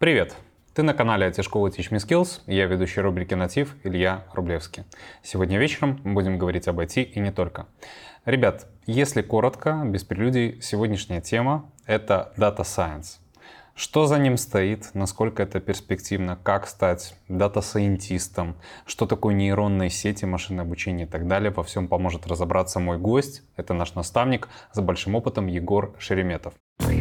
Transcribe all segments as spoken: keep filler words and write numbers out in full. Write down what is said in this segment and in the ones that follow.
Привет! Ты на канале ай ти-школы Teach Me Skills, и я ведущий рубрики «Натив» Илья Рублевский. Сегодня вечером мы будем говорить об ай ти и не только. Ребят, если коротко, без прелюдий, сегодняшняя тема — это Data Science. Что за ним стоит, насколько это перспективно, как стать дата-сайентистом, что такое нейронные сети, машинное обучение и так далее. Во всем поможет разобраться мой гость. Это наш наставник с большим опытом Егор Шереметов.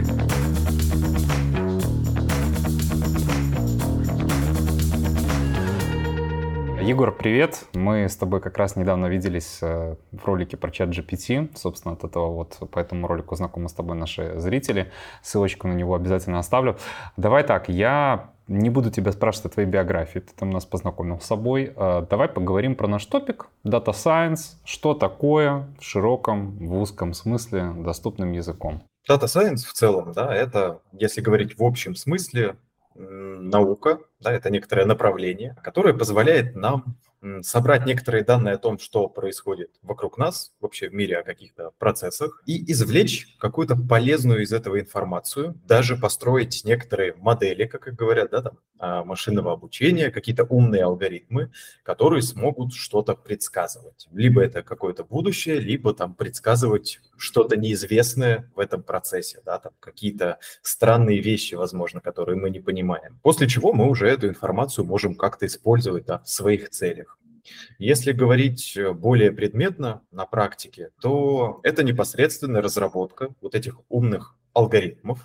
Егор, привет! Мы с тобой как раз недавно виделись в ролике про чат джи пи ти. Собственно, от этого вот по этому ролику знакомы с тобой наши зрители. Ссылочку на него обязательно оставлю. Давай так, я не буду тебя спрашивать о твоей биографии. Ты там нас познакомил с собой. Давай поговорим про наш топик. Data Science. Что такое в широком, в узком смысле, доступным языком? Data Science в целом, да, это, если говорить в общем смысле, наука, да, это некоторое направление, которое позволяет нам собрать некоторые данные о том, что происходит вокруг нас, вообще в мире, о каких-то процессах, и извлечь какую-то полезную из этого информацию, даже построить некоторые модели, как их говорят, да, там, машинного обучения, какие-то умные алгоритмы, которые смогут что-то предсказывать. Либо это какое-то будущее, либо там предсказывать что-то неизвестное в этом процессе, да, там какие-то странные вещи, возможно, которые мы не понимаем. После чего мы уже эту информацию можем как-то использовать, да, в своих целях. Если говорить более предметно на практике, то это непосредственно разработка вот этих умных алгоритмов,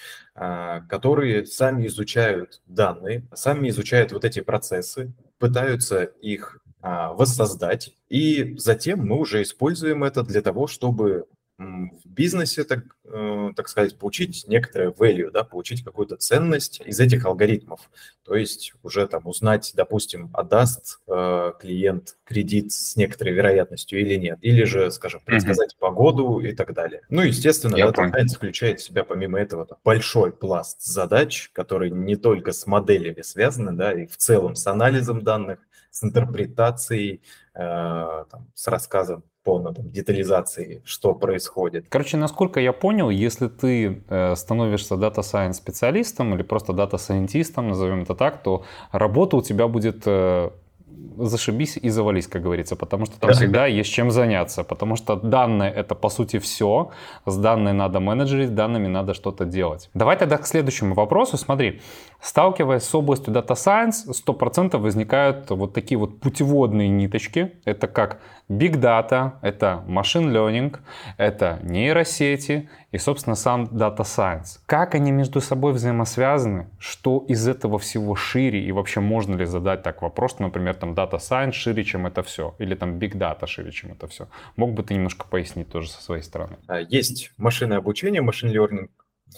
которые сами изучают данные, сами изучают вот эти процессы, пытаются их воссоздать, и затем мы уже используем это для того, чтобы в бизнесе, так, так сказать, получить некоторое value, да, получить какую-то ценность из этих алгоритмов. То есть уже там узнать, допустим, отдаст э, клиент кредит с некоторой вероятностью или нет, или же, скажем, предсказать mm-hmm. погоду и так далее. Ну, естественно, Data Science включает в себя помимо этого там, большой пласт задач, которые не только с моделями связаны, да, и в целом с анализом данных, с интерпретацией, э, там, с рассказом полной там, детализации, что происходит. Короче, насколько я понял, если ты э, становишься Data Science специалистом или просто Data Scientistом, назовем это так, то работа у тебя будет э, зашибись и завались, как говорится, потому что там да. всегда есть чем заняться, потому что данные — это по сути все, с данными надо менеджерить, с данными надо что-то делать. Давай тогда к следующему вопросу. Смотри, сталкиваясь с областью Data Science, сто процентов возникают вот такие вот путеводные ниточки. Это как Big Data, это Machine Learning, это нейросети и, собственно, сам Data Science. Как они между собой взаимосвязаны? Что из этого всего шире? И вообще можно ли задать так вопрос, что, например, там Data Science шире, чем это все? Или там Big Data шире, чем это все? Мог бы ты немножко пояснить тоже со своей стороны? Есть машинное обучение, Machine Learning,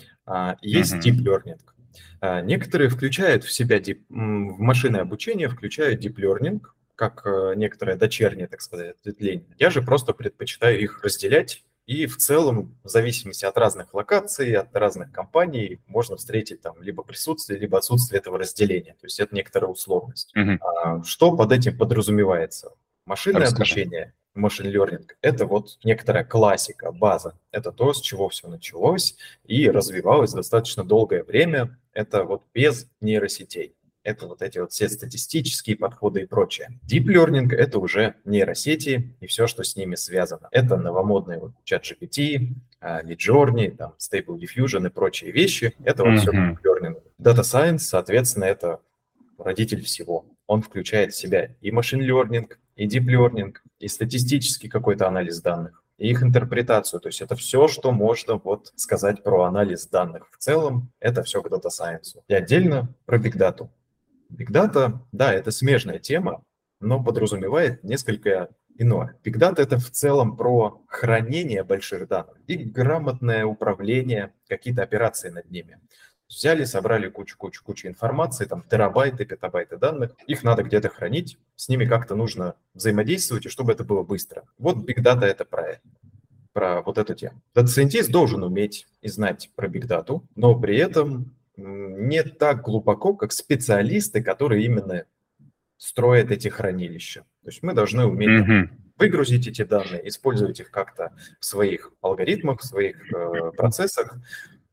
есть uh-huh. Deep Learning. Некоторые включают в себя deep, в машинное обучение, включают Deep Learning, как некоторое дочернее, так сказать, ответвление. Я же просто предпочитаю их разделять, и в целом, в зависимости от разных локаций, от разных компаний, можно встретить там либо присутствие, либо отсутствие этого разделения. То есть это некоторая условность. Mm-hmm. А, что под этим подразумевается? Машинное Расскажи. обучение, machine learning – это вот некоторая классика, база. Это то, с чего все началось и развивалось достаточно долгое время. Это вот без нейросетей. Это вот эти вот все статистические подходы и прочее. Deep Learning – это уже нейросети и все, что с ними связано. Это новомодные вот чат джи пи ти, Midjourney, там, Stable Diffusion и прочие вещи. Это вот mm-hmm. все Deep Learning. Data Science, соответственно, это родитель всего. Он включает в себя и Machine Learning, и Deep Learning, и статистический какой-то анализ данных, и их интерпретацию. То есть это все, что можно вот сказать про анализ данных. В целом это все к Data Science. И отдельно про Big Data. Big Data, да, это смежная тема, но подразумевает несколько иное. Big Data – это в целом про хранение больших данных и грамотное управление, какие-то операции над ними. Взяли, собрали кучу-кучу-кучу информации, там терабайты, петабайты данных, их надо где-то хранить, с ними как-то нужно взаимодействовать, и чтобы это было быстро. Вот Big Data – это про это. Про вот эту тему. Data-сайентист должен уметь и знать про Big Data, но при этом не так глубоко, как специалисты, которые именно строят эти хранилища. То есть мы должны уметь mm-hmm. выгрузить эти данные, использовать их как-то в своих алгоритмах, в своих э, процессах,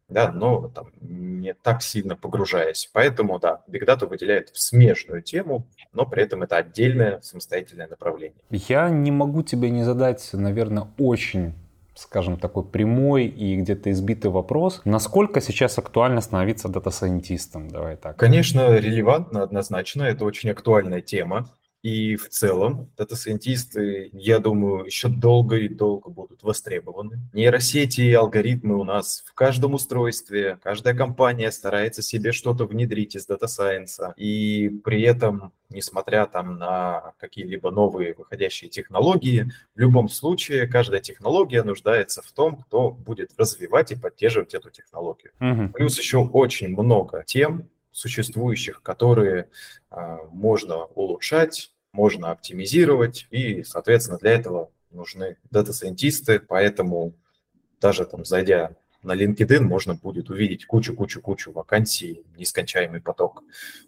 да, но там не так сильно погружаясь. Поэтому, да, Big Data выделяет в смежную тему, но при этом это отдельное самостоятельное направление. Я не могу тебе не задать, наверное, очень, скажем, такой прямой и где-то избитый вопрос. Насколько сейчас актуально становиться дата-сайентистом? Давай так. Конечно, релевантно, однозначно, это очень актуальная тема. И в целом дата-сайентисты, я думаю, еще долго и долго будут востребованы. Нейросети и алгоритмы у нас в каждом устройстве, каждая компания старается себе что-то внедрить из дата-сайенса. И при этом, несмотря там на какие-либо новые выходящие технологии, в любом случае каждая технология нуждается в том, кто будет развивать и поддерживать эту технологию. Угу. Плюс еще очень много тем существующих, которые а, можно улучшать, можно оптимизировать, и, соответственно, для этого нужны дата-сайентисты, поэтому даже там, зайдя на LinkedIn, можно будет увидеть кучу-кучу-кучу вакансий, нескончаемый поток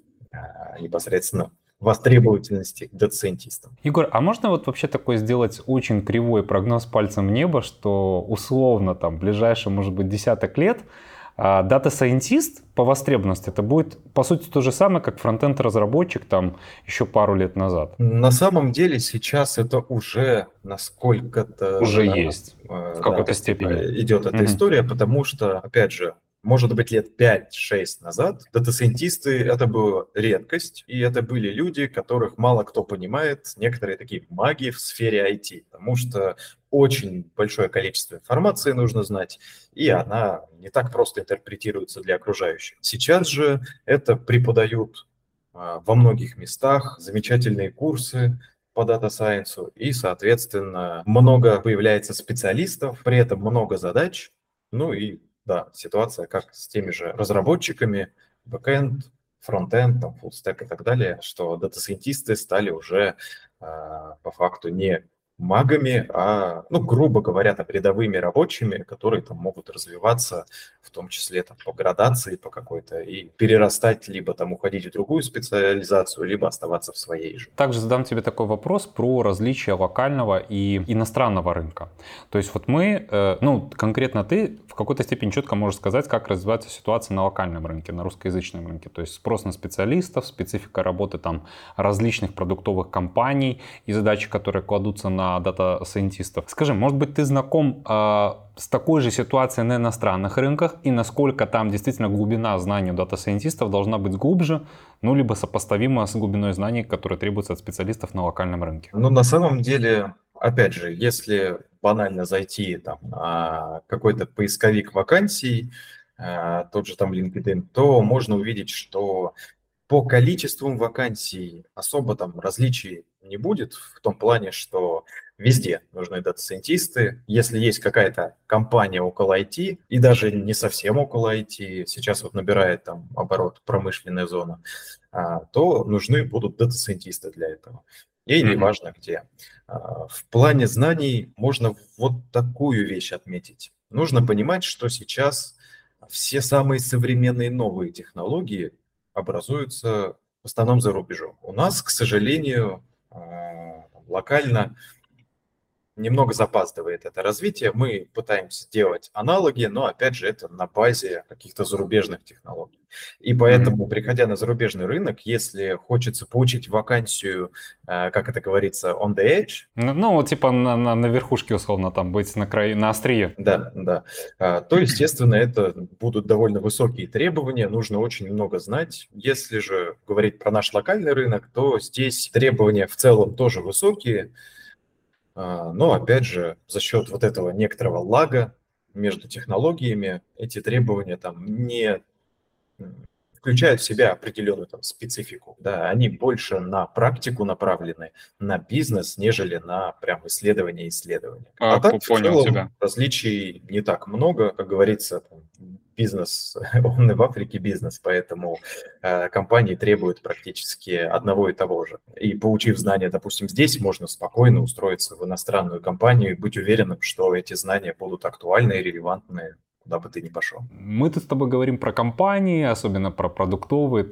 а, непосредственно востребовательности к дата-сайентистам. Егор, а можно вот вообще такой сделать очень кривой прогноз пальцем в небо, что условно там в ближайшие, может быть, десяток лет дата-сайентист по востребованности это будет, по сути, то же самое, как фронтенд-разработчик там еще пару лет назад? На самом деле сейчас это уже насколько-то Уже да, есть в какой-то да, степени. идет эта Угу. история, потому что, опять же, может быть, лет пять-шесть назад дата-сайентисты — это была редкость, и это были люди, которых мало кто понимает, некоторые такие маги в сфере ай ти, потому что очень большое количество информации нужно знать, и она не так просто интерпретируется для окружающих. Сейчас же это преподают во многих местах, замечательные курсы по дата-сайенсу, и, соответственно, много появляется специалистов, при этом много задач, ну и да, ситуация как с теми же разработчиками, бэкэнд, фронтенд, там, фуллстек и так далее, что дата-сайентисты стали уже а, по факту не магами, а, ну, грубо говоря, там, рядовыми рабочими, которые там могут развиваться, в том числе там, по градации по какой-то, и перерастать, либо там уходить в другую специализацию, либо оставаться в своей же. Также задам тебе такой вопрос про различия локального и иностранного рынка. То есть вот мы, ну, конкретно ты в какой-то степени четко можешь сказать, как развивается ситуация на локальном рынке, на русскоязычном рынке. То есть спрос на специалистов, специфика работы там различных продуктовых компаний и задачи, которые кладутся на дата-сайентистов. Скажи, может быть, ты знаком э, с такой же ситуацией на иностранных рынках и насколько там действительно глубина знаний у дата-сайентистов должна быть глубже, ну, либо сопоставима с глубиной знаний, которые требуются от специалистов на локальном рынке? Ну, на самом деле, опять же, если банально зайти там, на какой-то поисковик вакансий, э, тот же там LinkedIn, то можно увидеть, что по количеству вакансий особо там различий не будет, в том плане, что везде нужны дата-сайентисты. Если есть какая-то компания около ай ти, и даже не совсем около ай ти, сейчас вот набирает там оборот промышленная зона, то нужны будут дата-сайентисты для этого. И Мгм. неважно где. В плане знаний можно вот такую вещь отметить. Нужно понимать, что сейчас все самые современные новые технологии образуются в основном за рубежом. У нас, к сожалению, локально немного запаздывает это развитие. Мы пытаемся делать аналоги, но, опять же, это на базе каких-то зарубежных технологий. И поэтому, mm-hmm. приходя на зарубежный рынок, если хочется получить вакансию, как это говорится, on the edge. Ну, ну типа на, на, на верхушке, условно, там быть на краю, на острие. Да, да. То, естественно, это будут довольно высокие требования, нужно очень много знать. Если же говорить про наш локальный рынок, то здесь требования в целом тоже высокие. Но, опять же, за счет вот этого некоторого лага между технологиями эти требования там не включают в себя определенную там специфику. Да, они больше на практику направлены, на бизнес, нежели на прям исследование исследования. А, а так, в целом, тебя. различий не так много. Как говорится, там, бизнес, он и в Африке бизнес, поэтому э, компании требуют практически одного и того же. И получив знания, допустим, здесь, можно спокойно устроиться в иностранную компанию и быть уверенным, что эти знания будут актуальны и релевантны, куда бы ты ни пошел. Мы тут с тобой говорим про компании, особенно про продуктовые. Ты вот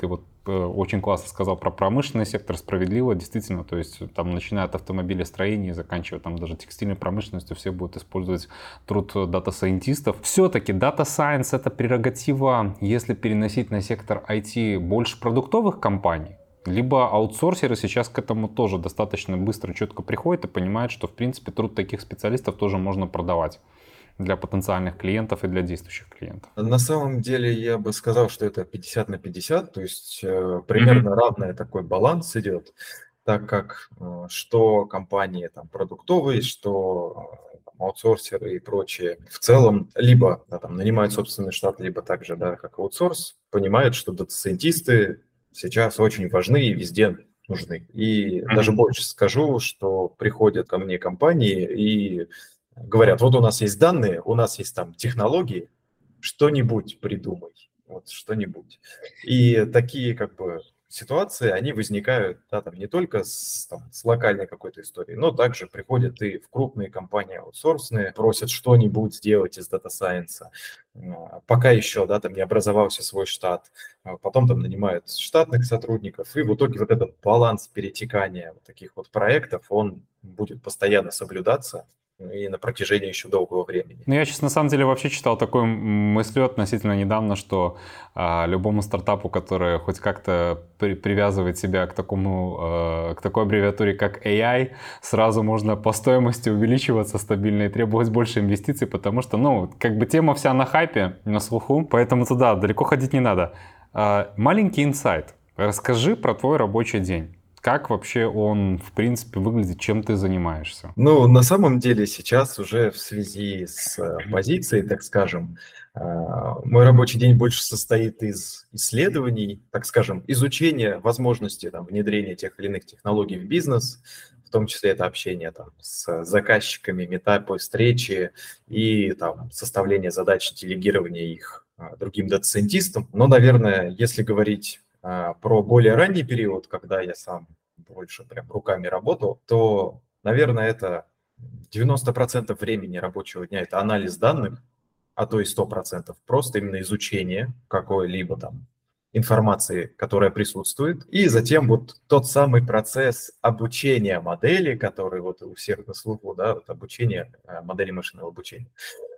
очень классно сказал про промышленный сектор, справедливо, действительно, то есть там начиная от автомобилестроения и заканчивая там даже текстильной промышленностью, все будут использовать труд дата-сайентистов. Все-таки Data Science — это прерогатива, если переносить на сектор ай ти, больше продуктовых компаний, либо аутсорсеры сейчас к этому тоже достаточно быстро, четко приходят и понимают, что в принципе труд таких специалистов тоже можно продавать для потенциальных клиентов и для действующих клиентов. На самом деле я бы сказал, что это пятьдесят на пятьдесят, то есть э, примерно mm-hmm. равный такой баланс идет, так как э, что компании там продуктовые, что э, аутсорсеры и прочие в целом либо да, там, нанимают собственный штат, либо также, да, как аутсорс, понимают, что дата-сайентисты сейчас очень важны и везде нужны. И mm-hmm. даже больше скажу, что приходят ко мне компании и говорят, вот у нас есть данные, у нас есть там технологии, что-нибудь придумай, вот что-нибудь. И такие как бы ситуации, они возникают, да, там не только с, там, с локальной какой-то историей, но также приходят и в крупные компании аутсорсные, просят что-нибудь сделать из дата-сайенса, пока еще, да, там не образовался свой штат, потом там нанимают штатных сотрудников, и в итоге вот этот баланс перетекания вот таких вот проектов, он будет постоянно соблюдаться и на протяжении еще долгого времени. Ну, я сейчас на самом деле вообще читал такую мысль относительно недавно, что а, любому стартапу, который хоть как-то при, привязывает себя к такому, а, к такой аббревиатуре, как эй ай, сразу можно по стоимости увеличиваться стабильно и требовать больше инвестиций, потому что, ну, как бы тема вся на хайпе, на слуху, поэтому туда далеко ходить не надо. А, маленький инсайт. Расскажи про твой рабочий день. Как вообще он, в принципе, выглядит, чем ты занимаешься? Ну, на самом деле сейчас уже в связи с позицией, так скажем, мой рабочий день больше состоит из исследований, так скажем, изучения возможности там, внедрения тех или иных технологий в бизнес, в том числе это общение там, с заказчиками, митапы, встречи и там, составление задач, делегирование их другим дата-сайентистам. Но, наверное, если говорить про более ранний период, когда я сам больше прям руками работал, то, наверное, это девяносто процентов времени рабочего дня – это анализ данных, а то и сто процентов просто именно изучение какой-либо там информации, которая присутствует, и затем вот тот самый процесс обучения модели, который вот у всех на слуху, да, вот обучение модели машинного обучения.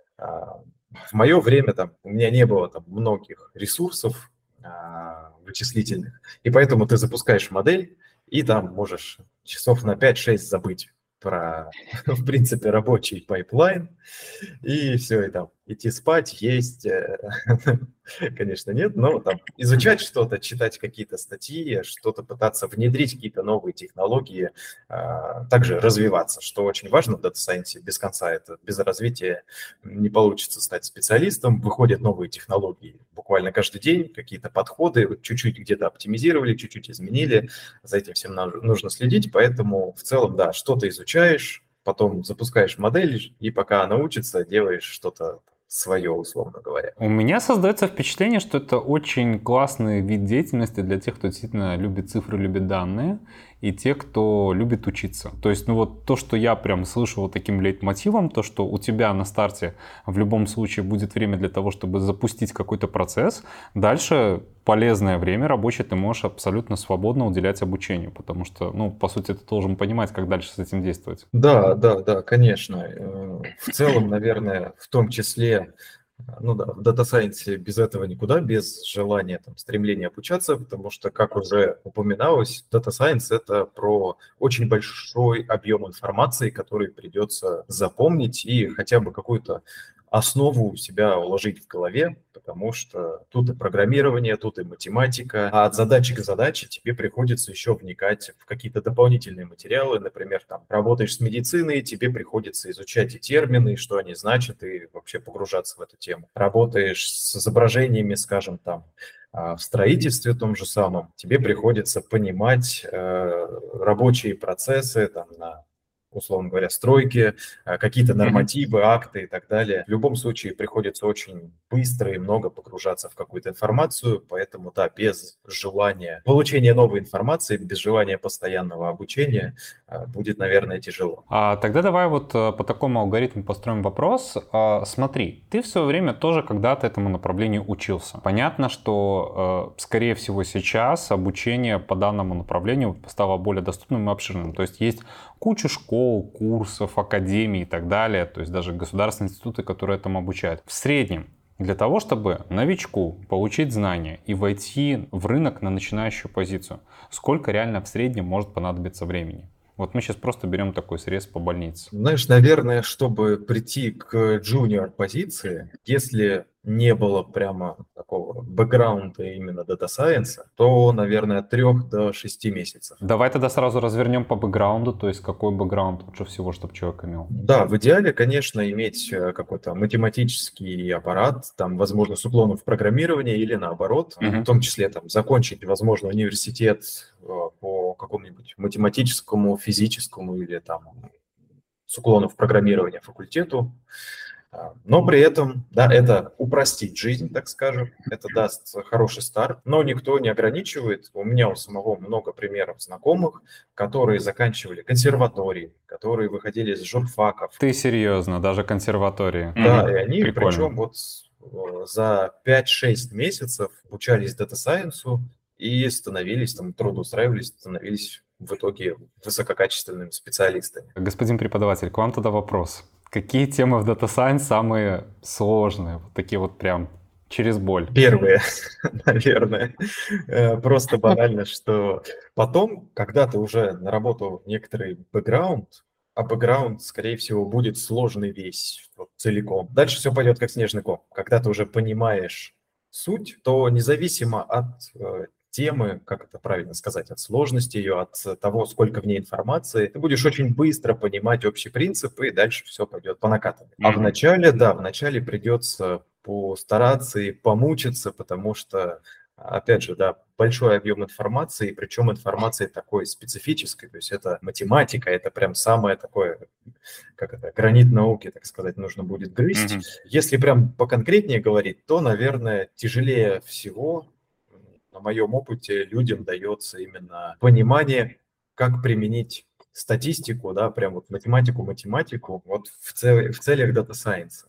В мое время там у меня не было там многих ресурсов вычислительных, и поэтому ты запускаешь модель, и там можешь часов на пять-шесть забыть про, в принципе, рабочий пайплайн, и все, и там идти спать, есть, конечно, нет, но там изучать что-то, читать какие-то статьи, что-то пытаться внедрить, какие-то новые технологии, также развиваться, что очень важно в Data Science, без конца это, без развития не получится стать специалистом, выходят новые технологии буквально каждый день, какие-то подходы, чуть-чуть где-то оптимизировали, чуть-чуть изменили, за этим всем нужно следить, поэтому в целом, да, что-то изучаешь, потом запускаешь модель, и пока она учится, делаешь что-то свое, условно говоря. У меня создается впечатление, что это очень классный вид деятельности для тех, кто действительно любит цифры, любит данные, и те, кто любит учиться. То есть, ну вот то, что я прям слышу вот таким лейтмотивом, то, что у тебя на старте в любом случае будет время для того, чтобы запустить какой-то процесс, дальше полезное время рабочее ты можешь абсолютно свободно уделять обучению, потому что, ну, по сути, ты должен понимать, как дальше с этим действовать. Да, да, да, конечно. В целом, наверное, в том числе, ну да, в Data Science без этого никуда, без желания, там, стремления обучаться, потому что, как уже упоминалось, Data Science – это про очень большой объем информации, который придется запомнить и хотя бы какую-то основу у себя уложить в голове, потому что тут и программирование, тут и математика, а от задачи к задаче тебе приходится еще вникать в какие-то дополнительные материалы, например, там, работаешь с медициной, тебе приходится изучать и термины, и что они значат, и вообще погружаться в эту тему. Работаешь с изображениями, скажем, там, в строительстве том же самом, тебе приходится понимать э, рабочие процессы там, на условно говоря, стройки, какие-то нормативы, акты и так далее. В любом случае приходится очень быстро и много погружаться в какую-то информацию, поэтому, да, без желания получения новой информации, без желания постоянного обучения будет, наверное, тяжело. А тогда давай вот по такому алгоритму построим вопрос. А, смотри, ты в свое время тоже когда-то этому направлению учился. Понятно, что, скорее всего, сейчас обучение по данному направлению стало более доступным и обширным. То есть есть куча школ, курсов, академий и так далее. То есть даже государственные институты, которые этому обучают. В среднем, для того, чтобы новичку получить знания и войти в рынок на начинающую позицию, сколько реально в среднем может понадобиться времени? Вот мы сейчас просто берем такой срез по больнице. Знаешь, наверное, чтобы прийти к джуниор позиции, если не было прямо такого бэкграунда именно Data Science, то, наверное, от трех до шести месяцев. Давай тогда сразу развернем по бэкграунду, то есть какой бэкграунд лучше всего, чтобы человек имел? Да, в идеале, конечно, иметь какой-то математический аппарат, там, возможно, с уклоном в программирование или наоборот, Мгм. в том числе там закончить, возможно, университет э, по какому-нибудь математическому, физическому или там с уклоном в программирование факультету. А, Но при этом, да, это упростит жизнь, так скажем, это даст хороший старт, но никто не ограничивает. У меня у самого много примеров знакомых, которые заканчивали консерватории, которые выходили из журфаков. Ты серьезно, даже консерватории? Да, Мгм. и они, Прикольно. причем вот э, за пять-шесть месяцев обучались Data Science и становились, там, трудоустраивались, становились в итоге высококачественными специалистами. Господин преподаватель, к вам тогда вопрос. Какие темы в Data Science самые сложные? Вот такие вот прям через боль. Первые, наверное. Э, Просто банально, что потом, когда ты уже наработал некоторый бэкграунд, а бэкграунд, скорее всего, будет сложный весь вот, целиком. Дальше все пойдет как снежный ком. Когда ты уже понимаешь суть, то независимо от э, темы, как это правильно сказать, от сложности ее, от того, сколько в ней информации, ты будешь очень быстро понимать общий принцип, и дальше все пойдет по накатанной. А Мгм. вначале, да, вначале придется постараться и помучиться, потому что, опять же, да, большой объем информации, причем информации такой специфической, то есть это математика, это прям самое такое, как это, гранит науки, так сказать, нужно будет грызть. Мгм. Если прям поконкретнее говорить, то, наверное, тяжелее всего, на моем опыте, людям дается именно понимание, как применить статистику, да, прям вот математику, математику, вот в, цел, в целях Data Science.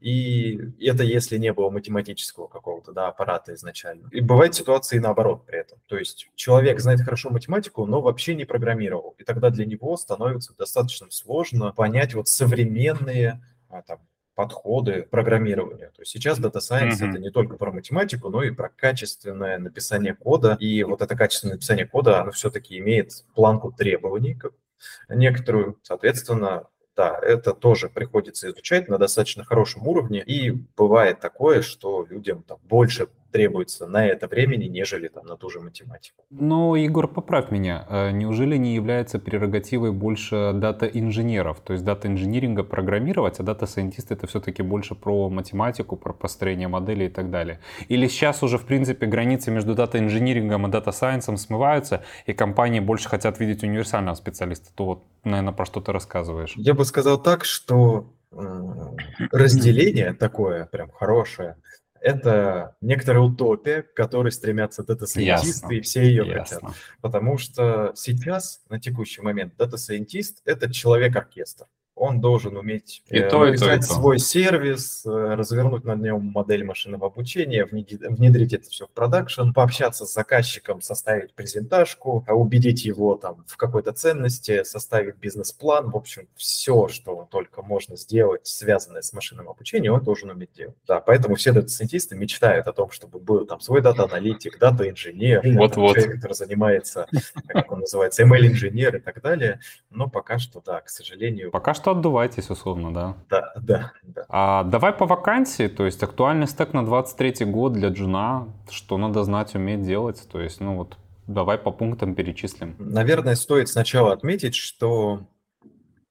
И это если не было математического какого-то, да, аппарата изначально. И бывают ситуации наоборот при этом. То есть человек знает хорошо математику, но вообще не программировал. И тогда для него становится достаточно сложно понять вот современные а, там, подходы к программированию. То есть сейчас Data Science Мгм. это не только про математику, но и про качественное написание кода. И вот это качественное написание кода, оно все-таки имеет планку требований как некоторую, соответственно, да, это тоже приходится изучать на достаточно хорошем уровне, и бывает такое, что людям там больше требуется на это времени, нежели там на ту же математику. Но, Егор, поправь меня, э, неужели не является прерогативой больше дата-инженеров, то есть дата-инжиниринга программировать, а дата-сайентисты это все-таки больше про математику, про построение моделей и так далее? Или сейчас уже, в принципе, границы между дата-инжинирингом и дата-сайенсом смываются, и компании больше хотят видеть универсального специалиста? То вот, наверное, про что ты рассказываешь. Я бы сказал так, что м, разделение такое прям хорошее, это некоторая утопия, к которой стремятся дата-сайентисты, Ясно, и все ее хотят. ясно. Потому что сейчас, на текущий момент, дата-сайентист– это человек-оркестр. Он должен уметь И э, то, и то, и написать то. свой сервис, э, развернуть на нем модель машинного обучения, внедрить, внедрить это все в продакшн, пообщаться с заказчиком, составить презентажку, а убедить его там в какой-то ценности, составить бизнес-план. В общем, все, что только можно сделать, связанное с машинным обучением, он должен уметь делать. Да, поэтому все дата-сайентисты мечтают о том, чтобы был там свой дата-аналитик, дата-инженер, или, там, Вот-вот. человек, который занимается, как он называется, эм эл-инженер и так далее. Но пока что, да, к сожалению, Пока что отдувайтесь, условно, да. да, да, да. А давай по вакансии, то есть актуальный стек на двадцать третий год для джуна, что надо знать, уметь делать, то есть, ну вот, давай по пунктам перечислим. Наверное, стоит сначала отметить, что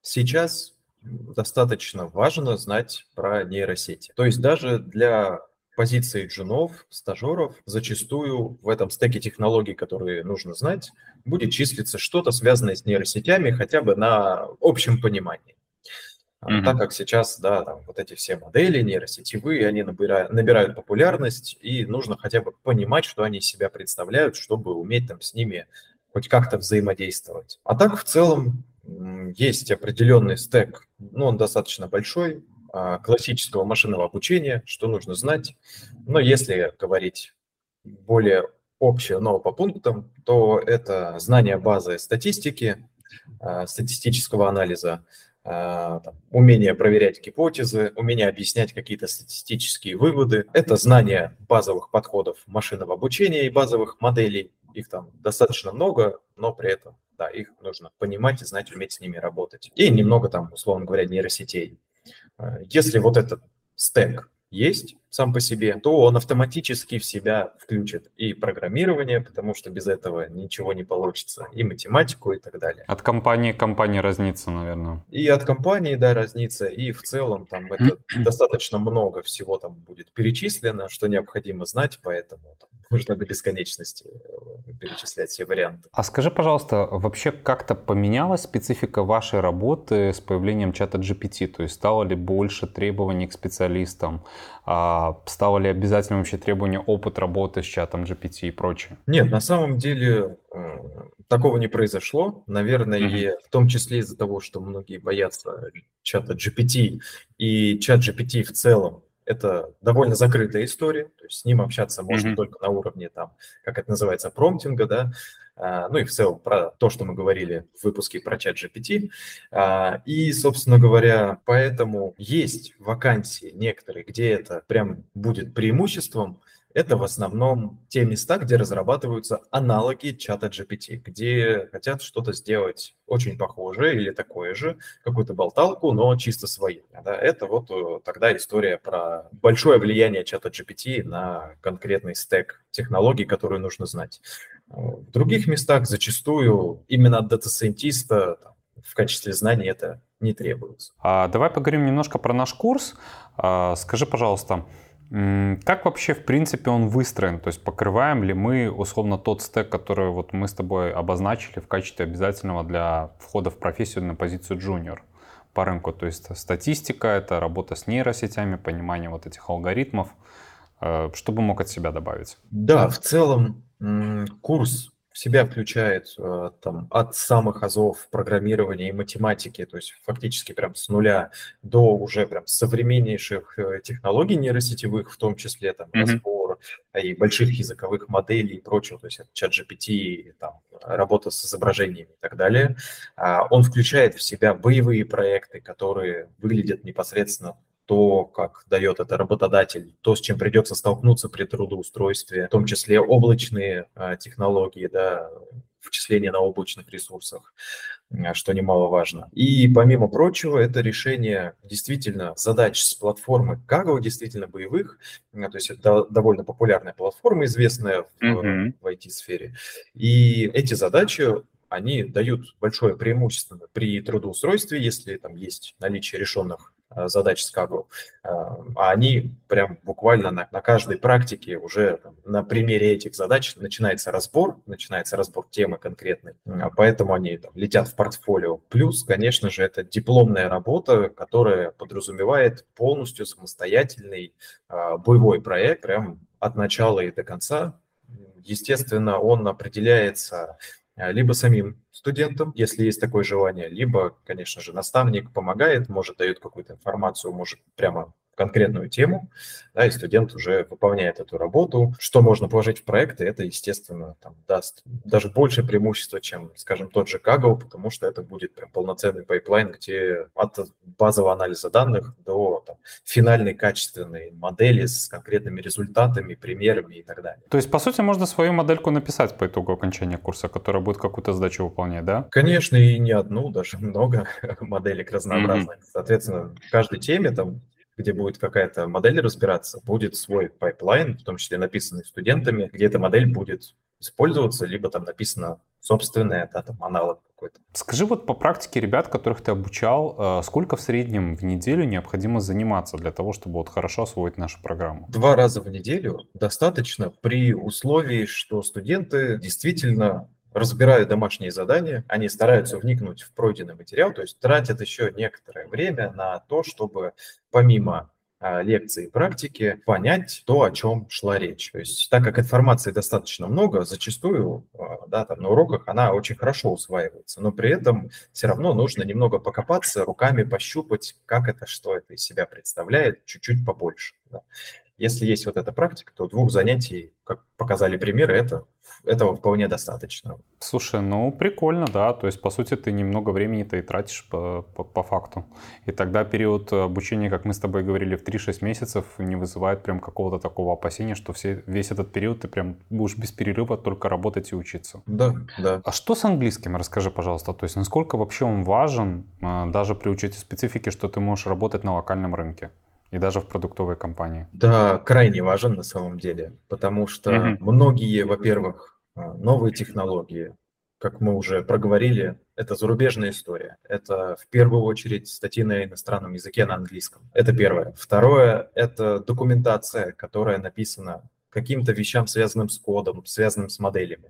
сейчас достаточно важно знать про нейросети. То есть даже для позиции джунов, стажеров зачастую в этом стеке технологий, которые нужно знать, будет числиться что-то, связанное с нейросетями, хотя бы на общем понимании. Mm-hmm. Так как сейчас, да, там, вот эти все модели нейросетевые, они набирают, набирают популярность, и нужно хотя бы понимать, что они из себя представляют, чтобы уметь там с ними хоть как-то взаимодействовать. А так в целом есть определенный стек, ну, он достаточно большой, классического машинного обучения, что нужно знать. Но если говорить более общее, но по пунктам, то это знание базы статистики, статистического анализа, умение проверять гипотезы, умение объяснять какие-то статистические выводы. Это знание базовых подходов машинного обучения и базовых моделей. Их там достаточно много, но при этом, да, их нужно понимать и знать, уметь с ними работать. И немного там, условно говоря, нейросетей. Если вот этот стек есть сам по себе, то он автоматически в себя включит и программирование, потому что без этого ничего не получится, и математику, и так далее. От компании к компании разнится, наверное. И от компании, да, разнится, и в целом там это достаточно много всего там будет перечислено, что необходимо знать, поэтому там можно до бесконечности перечислять все варианты. А скажи, пожалуйста, вообще как-то поменялась специфика вашей работы с появлением чата джи пи ти? То есть стало ли больше требований к специалистам? Стало ли обязательным вообще требование опыт работы с чатом джи пи ти и прочее? Нет, на самом деле такого не произошло. Наверное, mm-hmm. и в том числе из-за того, что многие боятся чата джи пи ти, и чат джи пи ти в целом это довольно закрытая история, то есть с ним общаться можно mm-hmm. только на уровне, там, как это называется, промптинга, да, а, ну и в целом про то, что мы говорили в выпуске про чат джи пи ти. А, и, собственно говоря, поэтому есть вакансии некоторые, где это прям будет преимуществом. Это в основном те места, где разрабатываются аналоги чата джи пи ти, где хотят что-то сделать очень похожее или такое же, какую-то болталку, но чисто свою. Да, это вот тогда история про большое влияние чата джи пи ти на конкретный стек технологий, которые нужно знать. В других местах зачастую именно от дата-сайентиста в качестве знаний это не требуется. А давай поговорим немножко про наш курс. А, скажи, пожалуйста, как вообще, в принципе, он выстроен? То есть покрываем ли мы, условно, тот стек, который вот мы с тобой обозначили в качестве обязательного для входа в профессию на позицию джуниор по рынку? То есть статистика, это работа с нейросетями, понимание вот этих алгоритмов. Что бы мог от себя добавить? Да, в целом курс в себя включает там, от самых азов программирования и математики, то есть фактически прям с нуля до уже прям современнейших технологий нейросетевых, в том числе там mm-hmm. разбор и больших языковых моделей и прочего, то есть чат джи пи ти, там, работа с изображениями и так далее. Он включает в себя боевые проекты, которые выглядят непосредственно то, как дает это работодатель, то, с чем придется столкнуться при трудоустройстве, в том числе облачные а, технологии, да, вычисления на облачных ресурсах, что немаловажно. И помимо прочего, это решение действительно задач с платформы Kaggle, действительно боевых, то есть это довольно популярная платформа, известная в, mm-hmm. в ай ти-сфере. И эти задачи они дают большое преимущество при трудоустройстве, если там есть наличие решенных задач с Kaggle, а они прям буквально на, на каждой практике уже там, на примере этих задач начинается разбор, начинается разбор темы конкретной, поэтому они там, летят в портфолио. Плюс, конечно же, это дипломная работа, которая подразумевает полностью самостоятельный боевой проект, прям от начала и до конца. Естественно, он определяется либо самим студентам, если есть такое желание, либо, конечно же, наставник помогает, может, дает какую-то информацию, может, прямо конкретную тему, да, и студент уже выполняет эту работу. Что можно положить в проект, и это, естественно, там, даст даже больше преимущества, чем, скажем, тот же Kaggle, потому что это будет прям полноценный пайплайн, где от базового анализа данных до там, финальной качественной модели с конкретными результатами, примерами и так далее. То есть, по сути, можно свою модельку написать по итогу окончания курса, которая будет какую-то задачу выполнять, да? Конечно, и не одну, даже много моделек разнообразных. Mm-hmm. Соответственно, в каждой теме там где будет какая-то модель разбираться, будет свой пайплайн, в том числе написанный студентами, где эта модель будет использоваться, либо там написано собственное, да, там аналог какой-то. Скажи вот по практике ребят, которых ты обучал, э, сколько в среднем в неделю необходимо заниматься для того, чтобы вот хорошо освоить нашу программу? Два раза в неделю достаточно при условии, что студенты действительно разбирают домашние задания, они стараются вникнуть в пройденный материал, то есть тратят еще некоторое время на то, чтобы помимо а, лекций и практики понять то, о чем шла речь. То есть так как информации достаточно много, зачастую а, да, там, на уроках она очень хорошо усваивается, но при этом все равно нужно немного покопаться, руками пощупать, как это, что это из себя представляет, чуть-чуть побольше. Да. Если есть вот эта практика, то двух занятий, как показали примеры, это, этого вполне достаточно. Слушай, ну прикольно, да. То есть, по сути, ты немного времени-то и тратишь по, по, по факту. И тогда период обучения, как мы с тобой говорили, в три-шесть месяцев не вызывает прям какого-то такого опасения, что все, весь этот период ты прям будешь без перерыва только работать и учиться. Да, да. А что с английским? Расскажи, пожалуйста. То есть, насколько вообще он важен, а, даже при учете специфики, что ты можешь работать на локальном рынке? И даже в продуктовой компании. Да, крайне важен на самом деле, потому что Мгм. многие, во-первых, а, новые технологии, как мы уже проговорили, это зарубежная история. Это в первую очередь статьи на иностранном языке, на английском. Это первое. Второе – это документация, которая написана каким-то вещам, связанным с кодом, связанным с моделями.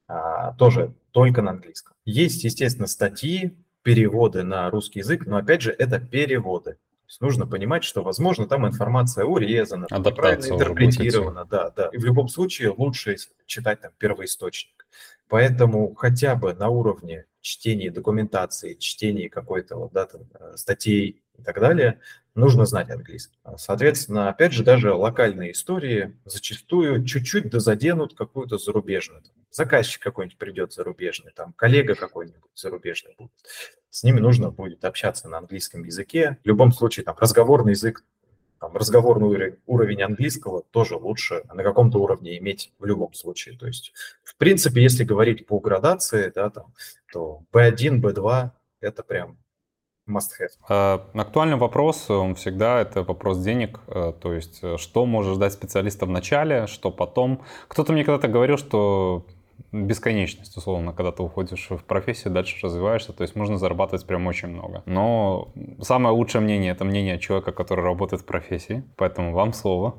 А, тоже только на английском. Есть, естественно, статьи, переводы на русский язык, но опять же это переводы. То есть нужно понимать, что, возможно, там информация урезана, неправильно Адаптация уже будет идти. интерпретирована, да, да. И в любом случае лучше читать там первоисточник. Поэтому хотя бы на уровне чтения документации, чтения какой-то вот, да, там, статей и так далее, нужно знать английский. Соответственно, опять же, даже локальные истории зачастую чуть-чуть дозаденут какую-то зарубежную. Заказчик какой-нибудь придет зарубежный, там коллега какой-нибудь зарубежный будет. С ними нужно будет общаться на английском языке. В любом случае, там разговорный язык, там, разговорный уровень английского тоже лучше на каком-то уровне иметь в любом случае. То есть, в принципе, если говорить по градации, да, там, то би один, би два – это прям must-have. А, Актуальный вопрос, он всегда это вопрос денег, э, то есть э, что может ждать специалиста в начале, что потом. Кто-то мне когда-то говорил, что бесконечность, условно, когда ты уходишь в профессию, дальше развиваешься, то есть можно зарабатывать прям очень много. Но самое лучшее мнение — это мнение человека, который работает в профессии, поэтому вам слово.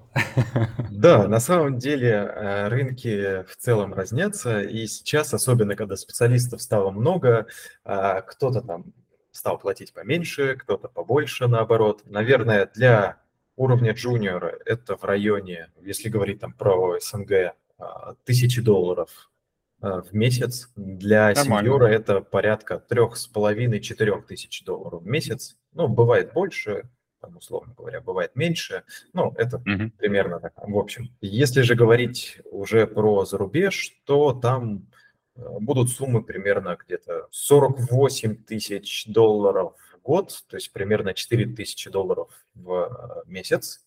Да, на самом деле э, рынки в целом разнятся, и сейчас, особенно когда специалистов стало много, а, кто-то там стал платить поменьше, кто-то побольше, наоборот. Наверное, для уровня джуниора это в районе, если говорить там про СНГ, а, тысячи долларов а, в месяц. Для Нормально. сеньора это порядка трех с половиной-четырех тысяч долларов в месяц. Ну, бывает больше, там, условно говоря, бывает меньше. Ну, это Мгм. примерно так. В общем, если же говорить уже про зарубеж, то там э, будут суммы примерно где-то сорок восемь тысяч долларов в год, то есть примерно четыре тысячи долларов в э, месяц.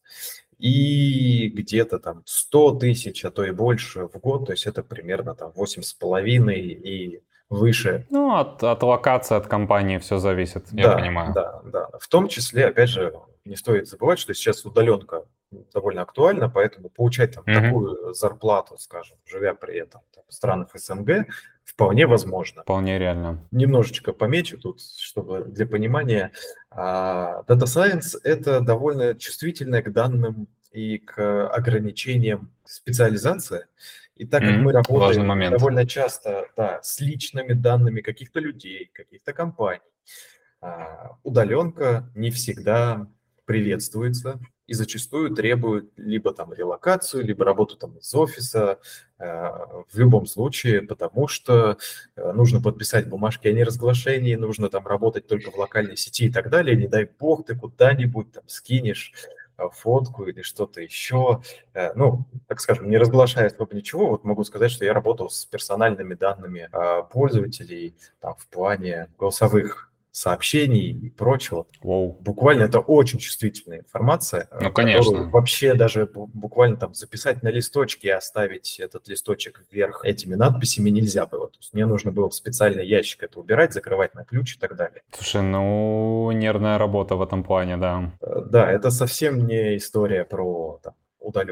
И где-то там сто тысяч, а то и больше в год, то есть это примерно там восемь с половиной и выше. Ну, от, от локации, от компании все зависит, я Да, понимаю. да, да. В том числе, опять же, не стоит забывать, что сейчас удаленка довольно актуальна, поэтому получать там Мгм. такую зарплату, скажем, живя при этом там, в странах СНГ, вполне возможно. Вполне реально. Немножечко помечу тут, чтобы для понимания. а, Data Science – это довольно чувствительная к данным и к ограничениям специализация. И так как Мгм. мы Важный работаем момент. довольно часто, да, с личными данными каких-то людей, каких-то компаний, а, удаленка не всегда приветствуется и зачастую требует либо там релокацию, либо работу там из офиса, а, в любом случае, потому что э, нужно подписать бумажки о неразглашении, нужно там работать только в локальной сети и так далее. Не дай бог ты куда-нибудь там скинешь а, фотку или что-то еще. Э, Ну, так скажем, не разглашая особо ничего, вот могу сказать, что я работал с персональными данными а, пользователей там, в плане голосовых сообщений и прочего. Воу. Буквально это очень чувствительная информация, Ну, э, которую конечно. вообще даже бу- буквально там записать на листочке и оставить этот листочек вверх этими надписями нельзя было. То есть мне нужно было в специальный ящик это убирать, закрывать на ключ и так далее. Слушай, ну, нервная работа в этом плане, да. Э, Да, это совсем не история про там, удаленку.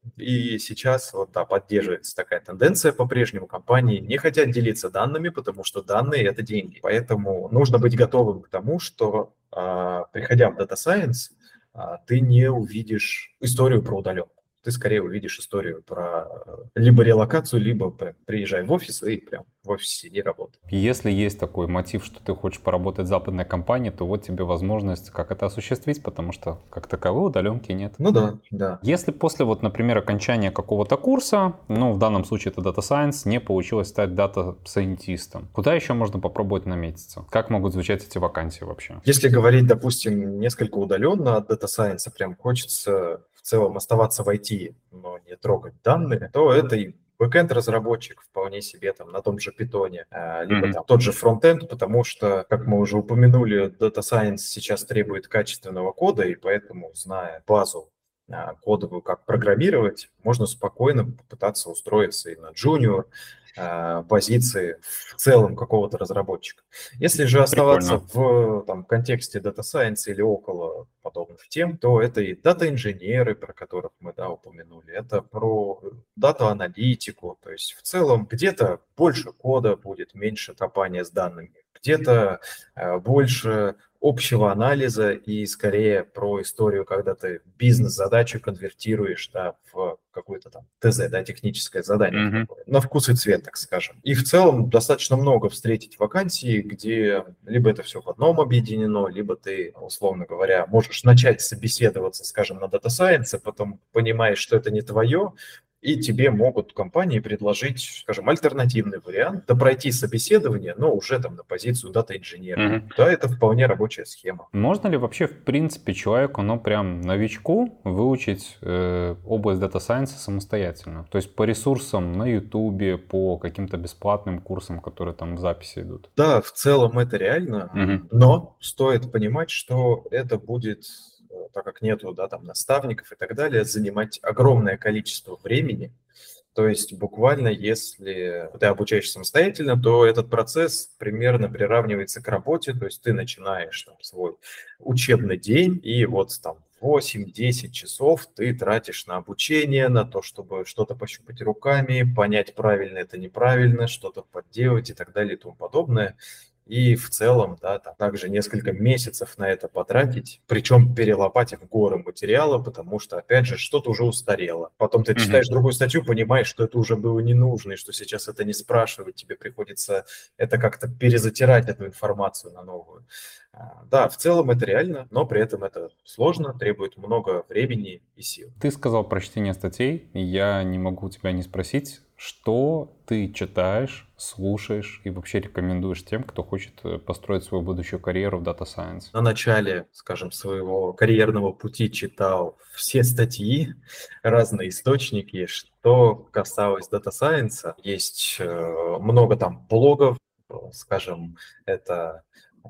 И сейчас вот, да, поддерживается такая тенденция по-прежнему. Компании не хотят делиться данными, потому что данные – это деньги. Поэтому нужно быть готовым к тому, что, а, приходя в Data Science, а, ты не увидишь историю про удаленку. Ты скорее увидишь историю про либо релокацию, либо прям приезжай в офис и прям в офисе сиди, работай. Если есть такой мотив, что ты хочешь поработать в западной компании, то вот тебе возможность, как это осуществить, потому что как таковой удаленки нет. Ну да, да. Если после, вот, например, окончания какого-то курса, ну, в данном случае это Data Science, не получилось стать дата-сайентистом, куда еще можно попробовать наметиться? Как могут звучать эти вакансии вообще? Если говорить, допустим, несколько удаленно от Data Science, прям хочется в целом оставаться в ай ти, но не трогать данные, то это и бэкэнд-разработчик вполне себе там на том же питоне, либо Мгм. там тот же фронтенд, потому что, как мы уже упомянули, Data Science сейчас требует качественного кода, и поэтому, зная базу а, кодовую, как программировать, можно спокойно попытаться устроиться и на junior а, позиции в целом какого-то разработчика. Если же оставаться Прикольно. в там, контексте Data Science или около подобных тем, то это и дата-инженеры, про которых мы, да, упомянули, это про дата-аналитику, то есть в целом где-то больше кода будет, меньше копания с данными, где-то э, больше общего анализа и скорее про историю, когда ты бизнес-задачу конвертируешь, да, в какое-то там ТЗ, да, техническое задание, Мгм. такое, на вкус и цвет, так скажем. И в целом достаточно много встретить вакансий, где либо это все в одном объединено, либо ты, условно говоря, можешь начать собеседоваться, скажем, на Data Science, а потом понимаешь, что это не твое, и тебе могут компании предложить, скажем, альтернативный вариант, да пройти собеседование, но уже там на позицию дата-инженера. Мгм. Да, это вполне рабочая схема. Можно ли вообще, в принципе, человеку, ну, прям новичку выучить э, область Data Science самостоятельно? То есть по ресурсам на Ютубе, по каким-то бесплатным курсам, которые там в записи идут? Да, в целом это реально, Мгм. но стоит понимать, что это будет, э, так как нету, да, там наставников и так далее, занимать огромное количество времени. То есть буквально, если ты обучаешься самостоятельно, то этот процесс примерно приравнивается к работе, то есть ты начинаешь там свой учебный день, и вот там восемь-десять часов ты тратишь на обучение, на то, чтобы что-то пощупать руками, понять, правильно это, неправильно, что-то подделать и так далее и тому подобное. И в целом, да, там также несколько месяцев на это потратить, причем перелопатив горы материала, потому что, опять же, что-то уже устарело. Потом ты Мгм. читаешь другую статью, понимаешь, что это уже было не нужно, и что сейчас это не спрашивают, тебе приходится это как-то перезатирать, эту информацию на новую. А, Да, в целом это реально, но при этом это сложно, требует много времени и сил. Ты сказал про чтение статей, и я не могу тебя не спросить, что ты читаешь, слушаешь и вообще рекомендуешь тем, кто хочет э, построить свою будущую карьеру в Data Science? На начале, скажем, своего карьерного пути читал все статьи, разные источники. Что касалось Data Science, есть э, много там блогов, э, скажем, это э,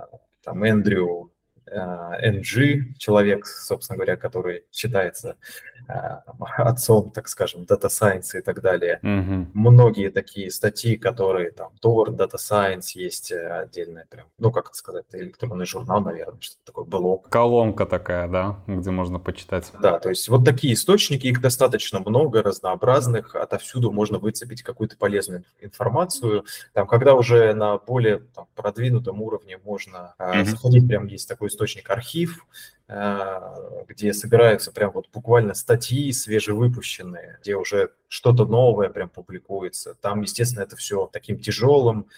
там Эндрю э, эн джи, человек, собственно говоря, который считается э, отцом, так скажем, Data Science и так далее. Мгм. Многие такие статьи, которые там Тор, Data Science, есть э, отдельная прям, ну, как это сказать, электронный журнал, наверное, что-то такое, блог. Колонка такая, да, где можно почитать. Да, то есть вот такие источники, их достаточно много, разнообразных, отовсюду можно выцепить какую-то полезную информацию. Там, когда уже на более там, продвинутом уровне можно э, Мгм. заходить, прям есть такой источник архив, э, где собираются прям вот буквально статьи свежевыпущенные, где уже что-то новое прям публикуется. Там, естественно, это все таким тяжелым,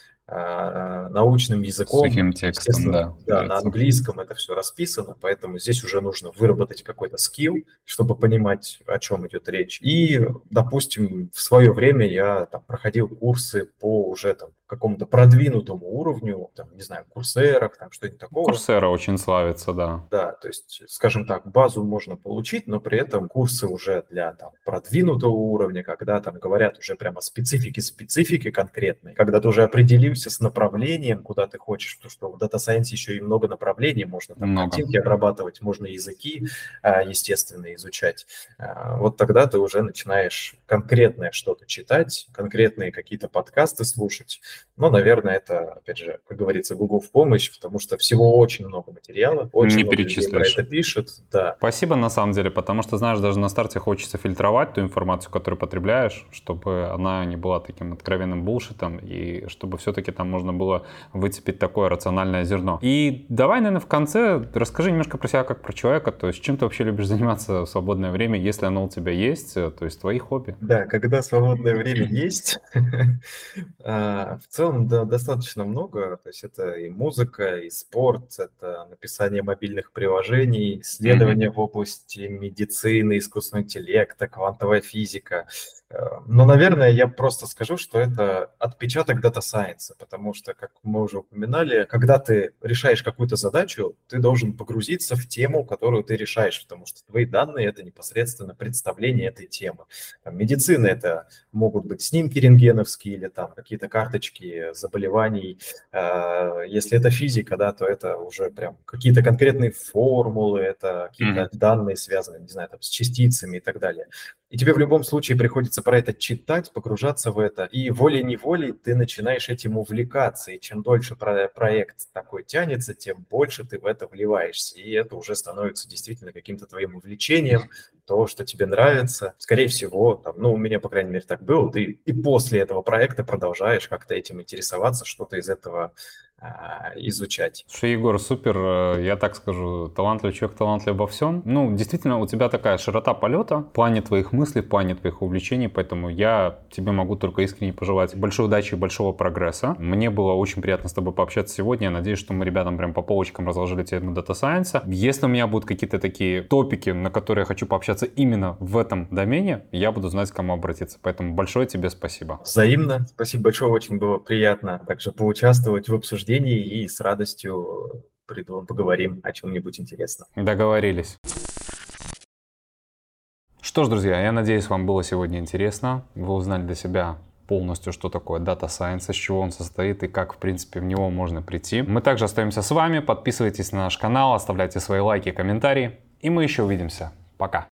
э, научным языком, Сухим текстом, естественно, да, да, на говорится. английском это все расписано, поэтому здесь уже нужно выработать какой-то скилл, чтобы понимать, о чем идет речь. И, допустим, в свое время я там, проходил курсы по уже там какому-то продвинутому уровню, там, не знаю, курсерах, там что-нибудь такого. Курсера очень славится, да. Да, то есть, скажем так, базу можно получить, но при этом курсы уже для там, продвинутого уровня, когда там говорят уже прямо специфики специфики конкретной, когда ты уже определился с направлением, куда ты хочешь, потому что в Data Science еще и много направлений, можно там Много. картинки обрабатывать, можно языки а, естественно изучать. А, Вот тогда ты уже начинаешь конкретное что-то читать, конкретные какие-то подкасты слушать, Но, наверное, это, опять же, как говорится, Google в помощь, потому что всего очень много материала, очень Не много людей про перечислишь. это пишут, да. Спасибо, на самом деле, потому что, знаешь, даже на старте хочется фильтровать ту информацию, которую потребляешь, чтобы она не была таким откровенным булшитом, и чтобы все-таки там можно было выцепить такое рациональное зерно. И давай, наверное, в конце расскажи немножко про себя как про человека, то есть чем ты вообще любишь заниматься в свободное время, если оно у тебя есть, то есть твои хобби. Да, когда свободное время есть, а, в целом да, достаточно много. То есть это и музыка, и спорт, это написание мобильных приложений, исследования в области медицины, искусственного интеллекта, квантовая физика. Э, Но, наверное, я просто скажу, что это отпечаток дата сайенса, потому что, как мы уже упоминали, когда ты решаешь какую-то задачу, ты должен погрузиться в тему, которую ты решаешь, потому что твои данные – это непосредственно представление этой темы. Там, медицина – это могут быть снимки рентгеновские или там какие-то карточки заболеваний. Э, Если это физика, да, то это уже прям какие-то конкретные формулы, это какие-то Мгм. данные, связанные, не знаю, там, с частицами и так далее. И тебе в любом случае приходится про это читать, погружаться в это, и волей-неволей ты начинаешь этим увлекаться. И чем дольше про- проект такой тянется, тем больше ты в это вливаешься. И это уже становится действительно каким-то твоим увлечением, то, что тебе нравится. Скорее всего, там, ну, у меня, по крайней мере, так было, ты и после этого проекта продолжаешь как-то этим интересоваться, что-то из этого а, изучать. Слушай, Егор, супер, э, я так скажу, талантливый человек, талантлив во всем. Ну, действительно, у тебя такая широта полета в плане твоих мыслей, в плане твоих увлечений, поэтому я тебе могу только искренне пожелать большой удачи и большого прогресса. Мне было очень приятно с тобой пообщаться сегодня, я надеюсь, что мы ребятам прям по полочкам разложили тему дата сайенса. Если у меня будут какие-то такие топики, на которые я хочу пообщаться именно в этом домене, я буду знать, к кому обратиться, поэтому большое тебе спасибо. Взаимно. Спасибо большое, очень было приятно также поучаствовать в обсуждении и с радостью приду, поговорим о чем-нибудь интересном. Договорились. Что ж, друзья, я надеюсь, вам было сегодня интересно. Вы узнали для себя полностью, что такое Data Science, из чего он состоит и как, в принципе, в него можно прийти. Мы также остаемся с вами. Подписывайтесь на наш канал, оставляйте свои лайки, комментарии. И мы еще увидимся. Пока.